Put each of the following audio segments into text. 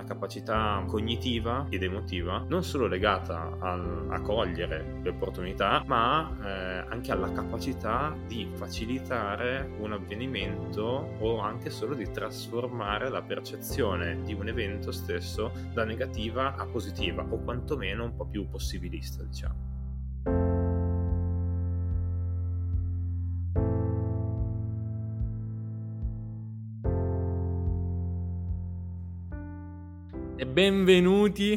la capacità cognitiva ed emotiva, non solo legata a cogliere le opportunità, ma anche alla capacità di facilitare un avvenimento o anche solo di trasformare la percezione di un evento stesso da negativa a positiva, o quantomeno un po' più possibilista, diciamo. E benvenuti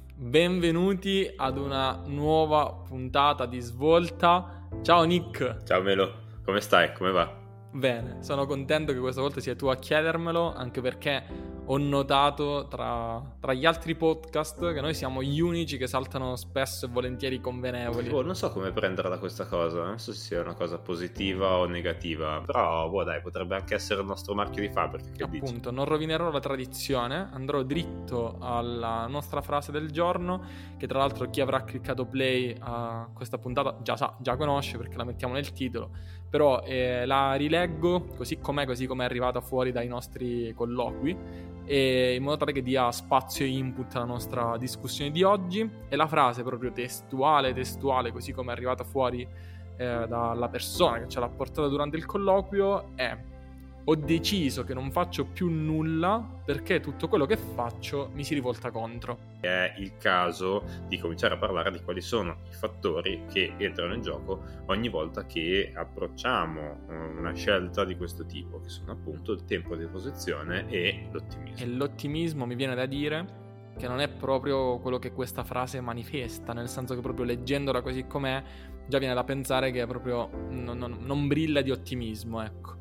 ad una nuova puntata di Svolta. Ciao Nick. Ciao Melo, come stai? Come va? Bene, sono contento che questa volta sia tu a chiedermelo, anche perché ho notato tra gli altri podcast che noi siamo gli unici che saltano spesso e volentieri convenevoli. Non so come prenderla questa cosa, non so se sia una cosa positiva o negativa, però dai, potrebbe anche essere il nostro marchio di fabbrica. Che Appunto, dici? non rovinerò la tradizione, andrò dritto alla nostra frase del giorno, che tra l'altro chi avrà cliccato play a questa puntata già conosce perché la mettiamo nel titolo, però la rileggo così com'è è arrivata fuori dai nostri colloqui, e in modo tale che dia spazio e input alla nostra discussione di oggi. E la frase proprio testuale, così come è arrivata fuori dalla persona che ce l'ha portata durante il colloquio, è: ho deciso che non faccio più nulla perché tutto quello che faccio mi si rivolta contro. È il caso di cominciare a parlare di quali sono i fattori che entrano in gioco ogni volta che approcciamo una scelta di questo tipo, che sono appunto il tempo di posizione e l'ottimismo. E l'ottimismo, mi viene da dire, che non è proprio quello che questa frase manifesta, nel senso che proprio leggendola così com'è già viene da pensare che proprio non brilla di ottimismo, ecco.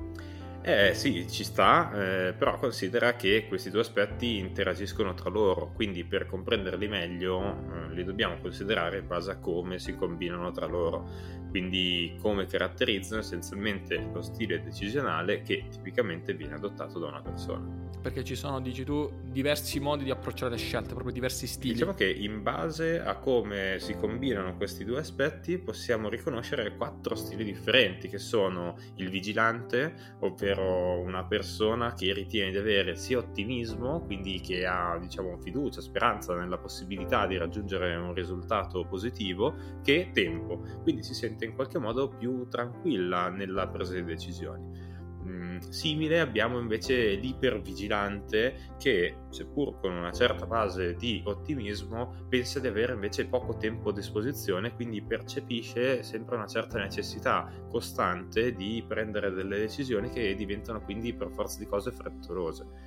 Sì, ci sta, però considera che questi due aspetti interagiscono tra loro, quindi per comprenderli meglio li dobbiamo considerare in base a come si combinano tra loro, quindi come caratterizzano essenzialmente lo stile decisionale che tipicamente viene adottato da una persona. Perché ci sono, dici tu, diversi modi di approcciare le scelte, proprio diversi stili. Diciamo che in base a come si combinano questi due aspetti possiamo riconoscere 4 stili differenti, che sono il vigilante, ovvero una persona che ritiene di avere sia ottimismo, quindi che ha, diciamo, fiducia, speranza nella possibilità di raggiungere un risultato positivo, che tempo, quindi si sente in qualche modo più tranquilla nella presa di decisioni. Simile abbiamo invece l'ipervigilante che, seppur con una certa base di ottimismo, pensa di avere invece poco tempo a disposizione, quindi percepisce sempre una certa necessità costante di prendere delle decisioni che diventano quindi per forza di cose frettolose.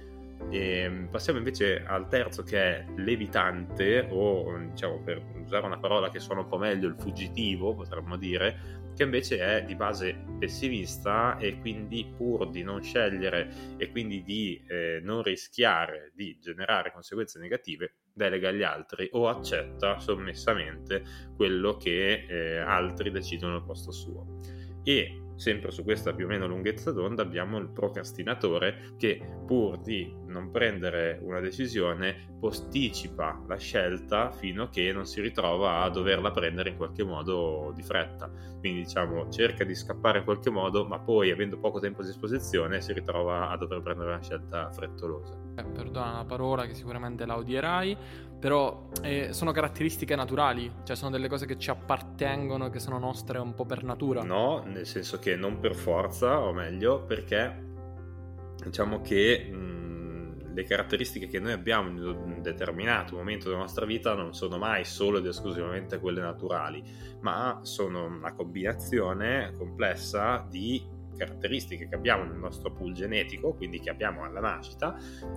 E passiamo invece al terzo, che è l'evitante, o diciamo, per usare una parola che suona un po' meglio, il fuggitivo, potremmo dire, che invece è di base pessimista e quindi, pur di non scegliere e quindi di non rischiare di generare conseguenze negative, delega agli altri o accetta sommessamente quello che altri decidono al posto suo. E sempre su questa più o meno lunghezza d'onda abbiamo il procrastinatore che, pur di non prendere una decisione, posticipa la scelta fino a che non si ritrova a doverla prendere in qualche modo di fretta. Quindi, diciamo, cerca di scappare in qualche modo, ma poi, avendo poco tempo a disposizione, si ritrova a dover prendere una scelta frettolosa. Perdona la parola, che sicuramente la odierai, però sono caratteristiche naturali, cioè sono delle cose che ci appartengono, che sono nostre un po' per natura. No, nel senso che non per forza, o meglio, perché diciamo che le caratteristiche che noi abbiamo in un determinato momento della nostra vita non sono mai solo ed esclusivamente quelle naturali, ma sono una combinazione complessa di caratteristiche che abbiamo nel nostro pool genetico, quindi che abbiamo alla nascita,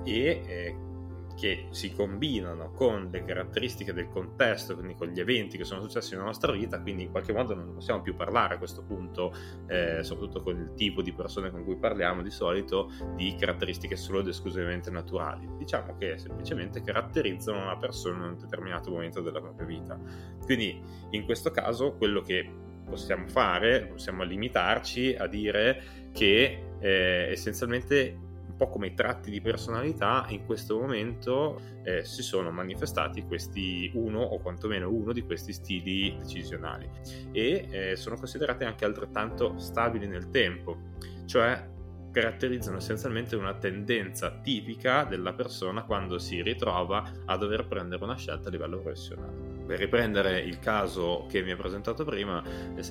e che si combinano con le caratteristiche del contesto, quindi con gli eventi che sono successi nella nostra vita, quindi in qualche modo non possiamo più parlare a questo punto, soprattutto con il tipo di persone con cui parliamo di solito, di caratteristiche solo ed esclusivamente naturali. Diciamo che semplicemente caratterizzano una persona in un determinato momento della propria vita. Quindi in questo caso quello che possiamo fare, possiamo limitarci a dire che essenzialmente, un po' come i tratti di personalità, in questo momento si sono manifestati questi uno o quantomeno uno di questi stili decisionali, e sono considerate anche altrettanto stabili nel tempo, cioè caratterizzano essenzialmente una tendenza tipica della persona quando si ritrova a dover prendere una scelta a livello professionale. Per riprendere il caso che mi ha presentato prima,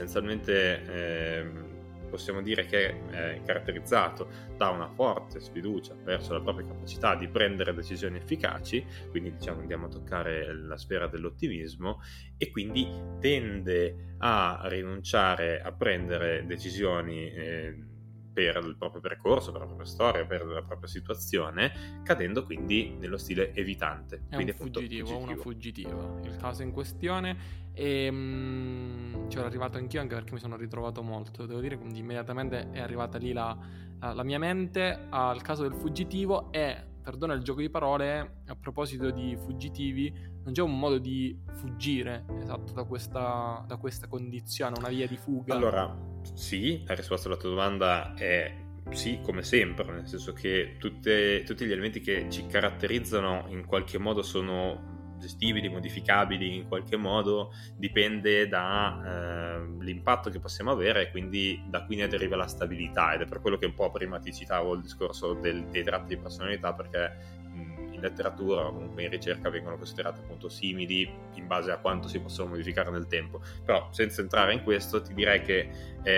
essenzialmente possiamo dire che è caratterizzato da una forte sfiducia verso la propria capacità di prendere decisioni efficaci, quindi diciamo andiamo a toccare la sfera dell'ottimismo, e quindi tende a rinunciare a prendere decisioni per il proprio percorso, per la propria storia, per la propria situazione, cadendo quindi nello stile evitante. È quindi un fuggitivo, una fuggitiva il caso in questione, e c'ero arrivato anch'io, anche perché mi sono ritrovato molto, devo dire, quindi immediatamente è arrivata lì la mia mente al caso del fuggitivo. E perdona il gioco di parole, a proposito di fuggitivi, non c'è un modo di fuggire esatto da questa condizione, una via di fuga? Allora, sì, la risposta alla tua domanda è sì, come sempre, nel senso che tutti gli elementi che ci caratterizzano in qualche modo sono gestibili, modificabili in qualche modo, dipende dall'impatto che possiamo avere, e quindi da qui ne deriva la stabilità, ed è per quello che un po' prima ti citavo il discorso dei tratti di personalità, perché in letteratura o comunque in ricerca vengono considerate appunto simili in base a quanto si possono modificare nel tempo. Però senza entrare in questo ti direi che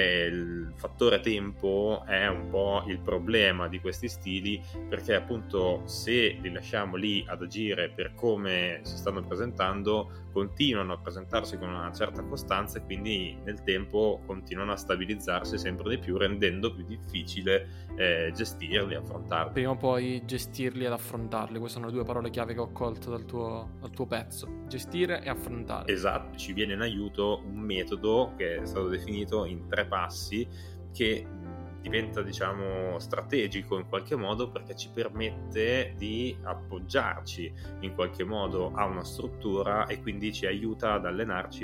il fattore tempo è un po' il problema di questi stili, perché appunto se li lasciamo lì ad agire per come si stanno presentando, continuano a presentarsi con una certa costanza, e quindi nel tempo continuano a stabilizzarsi sempre di più, rendendo più difficile gestirli, affrontarli. Prima o poi gestirli ed affrontarli, queste sono le due parole chiave che ho colto dal tuo pezzo: gestire e affrontare. Esatto, ci viene in aiuto un metodo che è stato definito in 3 passi, che diventa diciamo strategico in qualche modo, perché ci permette di appoggiarci in qualche modo a una struttura, e quindi ci aiuta ad allenarci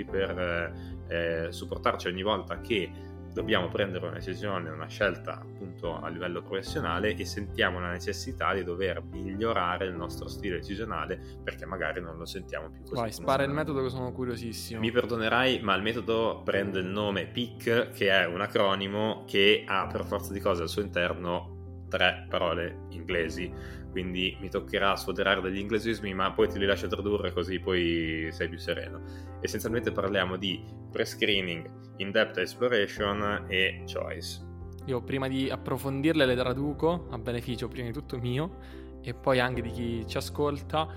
per supportarci ogni volta che dobbiamo prendere una decisione, una scelta appunto a livello professionale, e sentiamo la necessità di dover migliorare il nostro stile decisionale perché magari non lo sentiamo più così. Vai, spara il metodo, che sono curiosissimo. Mi perdonerai, ma il metodo prende il nome PIC, che è un acronimo che ha per forza di cose al suo interno 3 parole inglesi, quindi mi toccherà sfoderare degli inglesismi, ma poi te li lascio tradurre così poi sei più sereno. Essenzialmente parliamo di pre-screening, in-depth exploration e choice. Io prima di approfondirle le traduco a beneficio prima di tutto mio e poi anche di chi ci ascolta.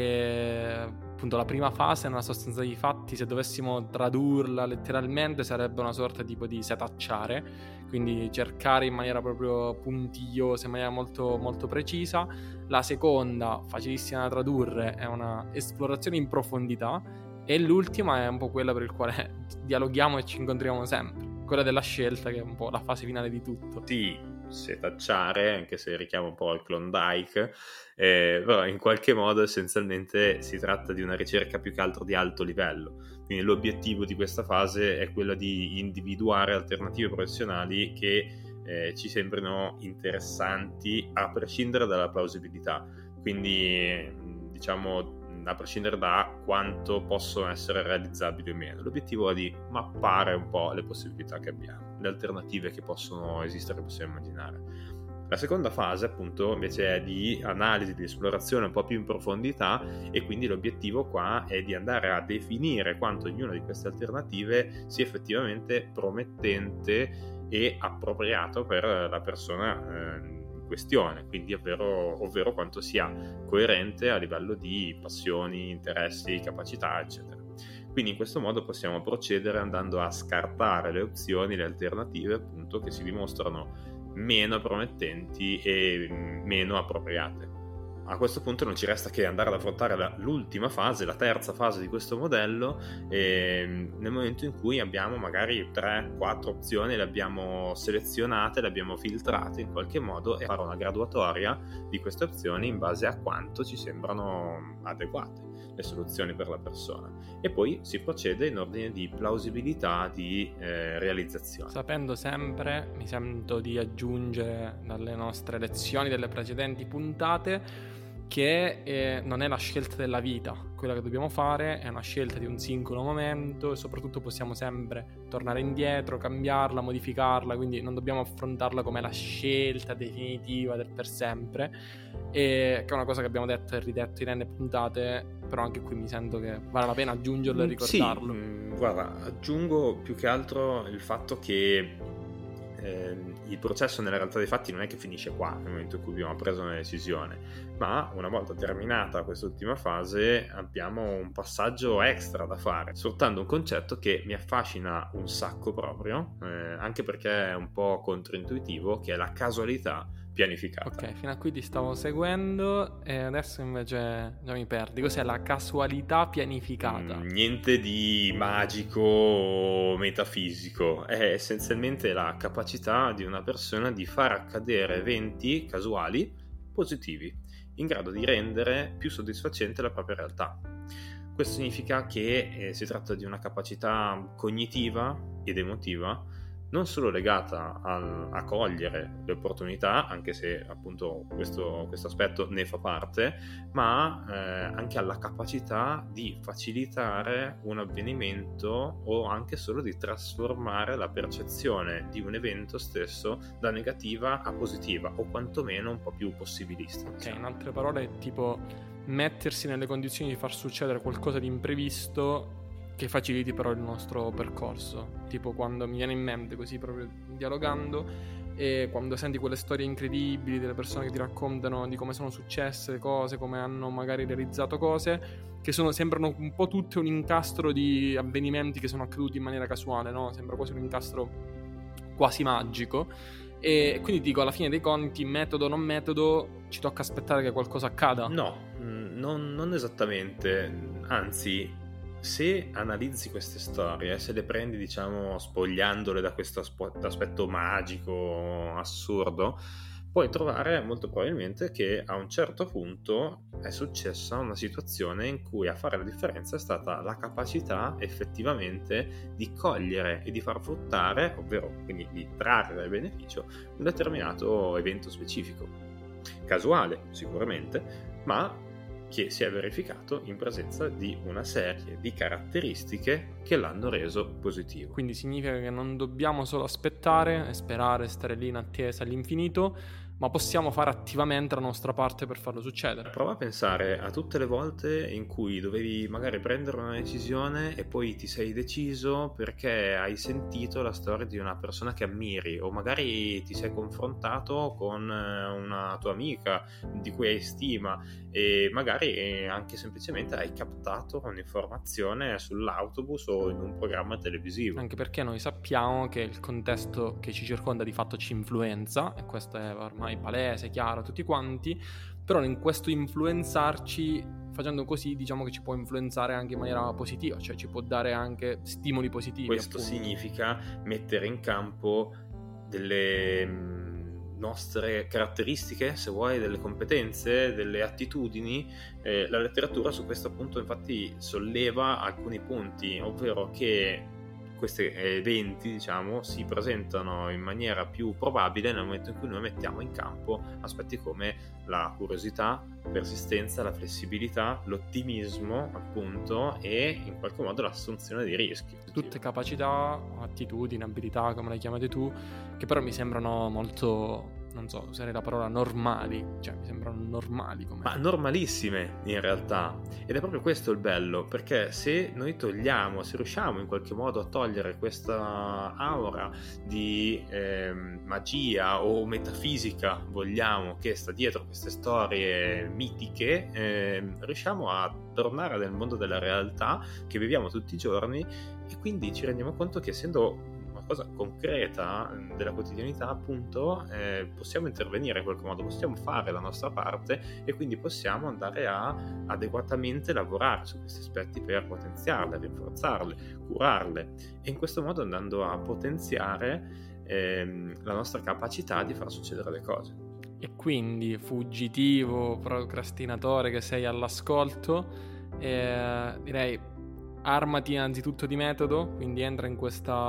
Appunto la prima fase, nella sostanza dei fatti, se dovessimo tradurla letteralmente, sarebbe una sorta tipo di setacciare, quindi cercare in maniera proprio puntigliosa, in maniera molto, molto precisa. La seconda, facilissima da tradurre, è una esplorazione in profondità, e l'ultima è un po' quella per il quale dialoghiamo e ci incontriamo sempre, quella della scelta, che è un po' la fase finale di tutto. Sì, setacciare, anche se richiama un po' il Klondike, però in qualche modo essenzialmente si tratta di una ricerca più che altro di alto livello. Quindi l'obiettivo di questa fase è quello di individuare alternative professionali che ci sembrino interessanti a prescindere dalla plausibilità, quindi diciamo a prescindere da quanto possono essere realizzabili o meno. L'obiettivo è di mappare un po' le possibilità che abbiamo, le alternative che possono esistere, che possiamo immaginare. La seconda fase appunto invece è di analisi, di esplorazione un po' più in profondità, e quindi l'obiettivo qua è di andare a definire quanto ognuna di queste alternative sia effettivamente promettente e appropriato per la persona questione, quindi ovvero quanto sia coerente a livello di passioni, interessi, capacità, eccetera. Quindi in questo modo possiamo procedere andando a scartare le opzioni, le alternative appunto che si dimostrano meno promettenti e meno appropriate. A questo punto non ci resta che andare ad affrontare l'ultima fase, la terza fase di questo modello, nel momento in cui abbiamo magari 3-4 opzioni, le abbiamo selezionate, le abbiamo filtrate in qualche modo, e fare una graduatoria di queste opzioni in base a quanto ci sembrano adeguate le soluzioni per la persona, e poi si procede in ordine di plausibilità di realizzazione. Sapendo sempre, mi sento di aggiungere dalle nostre lezioni delle precedenti puntate, che non è la scelta della vita, quella che dobbiamo fare è una scelta di un singolo momento, e soprattutto possiamo sempre tornare indietro, cambiarla, modificarla, quindi non dobbiamo affrontarla come la scelta definitiva del per sempre, e che è una cosa che abbiamo detto e ridetto in n puntate, però anche qui mi sento che vale la pena aggiungerlo e ricordarlo. Sì, guarda, aggiungo più che altro il fatto che il processo nella realtà dei fatti non è che finisce qua nel momento in cui abbiamo preso una decisione, ma una volta terminata quest'ultima fase abbiamo un passaggio extra da fare, sfruttando un concetto che mi affascina un sacco proprio, anche perché è un po' controintuitivo, che è la casualità pianificata. Ok, fino a qui ti stavo seguendo e adesso invece già mi perdi. Cos'è la casualità pianificata? Niente di magico o metafisico, è essenzialmente la capacità di una persona di far accadere eventi casuali positivi, in grado di rendere più soddisfacente la propria realtà. Questo significa che si tratta di una capacità cognitiva ed emotiva non solo legata a cogliere le opportunità, anche se appunto questo aspetto ne fa parte, ma anche alla capacità di facilitare un avvenimento o anche solo di trasformare la percezione di un evento stesso da negativa a positiva, o quantomeno un po' più possibilista. Ok, in altre parole è tipo mettersi nelle condizioni di far succedere qualcosa di imprevisto che faciliti però il nostro percorso, tipo quando mi viene in mente così proprio dialogando, e quando senti quelle storie incredibili delle persone che ti raccontano di come sono successe cose, come hanno magari realizzato cose che sembrano un po' tutte un incastro di avvenimenti che sono accaduti in maniera casuale, no? Sembra quasi un incastro quasi magico, e quindi dico, alla fine dei conti, metodo non metodo, ci tocca aspettare che qualcosa accada? No, non esattamente, anzi, se analizzi queste storie, se le prendi, diciamo, spogliandole da questo aspetto magico, assurdo, puoi trovare molto probabilmente che a un certo punto è successa una situazione in cui a fare la differenza è stata la capacità effettivamente di cogliere e di far fruttare, ovvero quindi di trarre dal beneficio, un determinato evento specifico, casuale sicuramente, ma che si è verificato in presenza di una serie di caratteristiche che l'hanno reso positivo. Quindi significa che non dobbiamo solo aspettare e sperare, stare lì in attesa all'infinito, ma possiamo fare attivamente la nostra parte per farlo succedere. Prova a pensare a tutte le volte in cui dovevi magari prendere una decisione e poi ti sei deciso perché hai sentito la storia di una persona che ammiri, o magari ti sei confrontato con una tua amica di cui hai stima, e magari anche semplicemente hai captato un'informazione sull'autobus o in un programma televisivo. Anche perché noi sappiamo che il contesto che ci circonda di fatto ci influenza, e questo è ormai palese, chiaro a tutti quanti, però in questo influenzarci, facendo così, diciamo che ci può influenzare anche in maniera positiva, cioè ci può dare anche stimoli positivi. Questo appunto significa mettere in campo delle nostre caratteristiche, se vuoi, delle competenze, delle attitudini. La letteratura su questo appunto infatti solleva alcuni punti, ovvero che questi eventi, diciamo, si presentano in maniera più probabile nel momento in cui noi mettiamo in campo aspetti come la curiosità, la persistenza, la flessibilità, l'ottimismo, appunto, e in qualche modo l'assunzione di rischio. Tutte capacità, attitudini, abilità, come le chiamate tu, che però mi sembrano molto, non so, usare la parola normali, cioè mi sembrano normali come... Ma normalissime in realtà, ed è proprio questo il bello, perché se noi togliamo, se riusciamo in qualche modo a togliere questa aura di magia o metafisica, vogliamo, che sta dietro queste storie mitiche, riusciamo a tornare nel mondo della realtà che viviamo tutti i giorni, e quindi ci rendiamo conto che, essendo cosa concreta della quotidianità, appunto, possiamo intervenire in qualche modo, possiamo fare la nostra parte, e quindi possiamo andare a adeguatamente lavorare su questi aspetti per potenziarle, rinforzarle, curarle, e in questo modo andando a potenziare la nostra capacità di far succedere le cose. E quindi, fuggitivo, procrastinatore che sei all'ascolto, direi armati innanzitutto di metodo, quindi entra in questa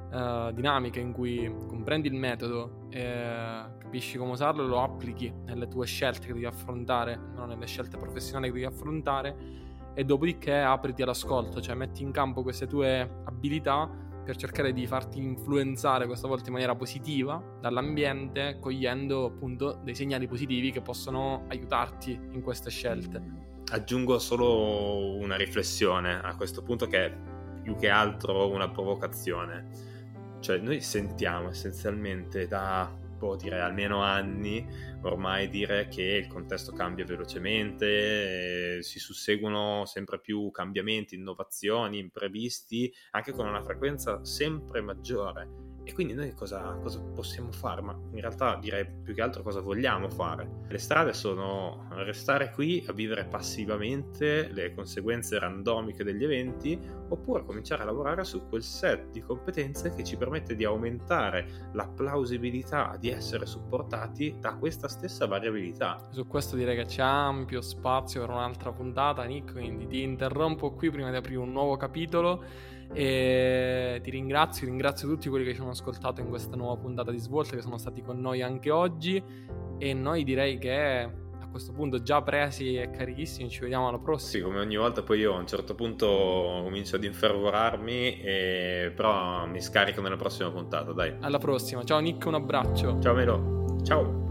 dinamica in cui comprendi il metodo, capisci come usarlo e lo applichi nelle tue scelte che devi affrontare, non nelle scelte professionali che devi affrontare, e dopodiché apriti all'ascolto, cioè metti in campo queste tue abilità per cercare di farti influenzare questa volta in maniera positiva dall'ambiente, cogliendo appunto dei segnali positivi che possono aiutarti in queste scelte. Aggiungo solo una riflessione a questo punto, che è più che altro una provocazione. Cioè, noi sentiamo essenzialmente da, direi almeno anni ormai, dire che il contesto cambia velocemente, si susseguono sempre più cambiamenti, innovazioni, imprevisti, anche con una frequenza sempre maggiore. E quindi noi cosa possiamo fare? Ma in realtà direi più che altro cosa vogliamo fare. Le strade sono restare qui a vivere passivamente le conseguenze randomiche degli eventi, oppure cominciare a lavorare su quel set di competenze che ci permette di aumentare la plausibilità di essere supportati da questa stessa variabilità. Su questo direi che c'è ampio spazio per un'altra puntata, Nick, quindi ti interrompo qui prima di aprire un nuovo capitolo e ti ringrazio tutti quelli che ci hanno ascoltato in questa nuova puntata di Svolta, che sono stati con noi anche oggi, e noi direi che a questo punto già presi e carichissimi ci vediamo alla prossima. Sì, come ogni volta poi io a un certo punto comincio ad infervorarmi, però mi scarico nella prossima puntata, dai. Alla prossima, ciao Nick, un abbraccio. Ciao Melo, ciao.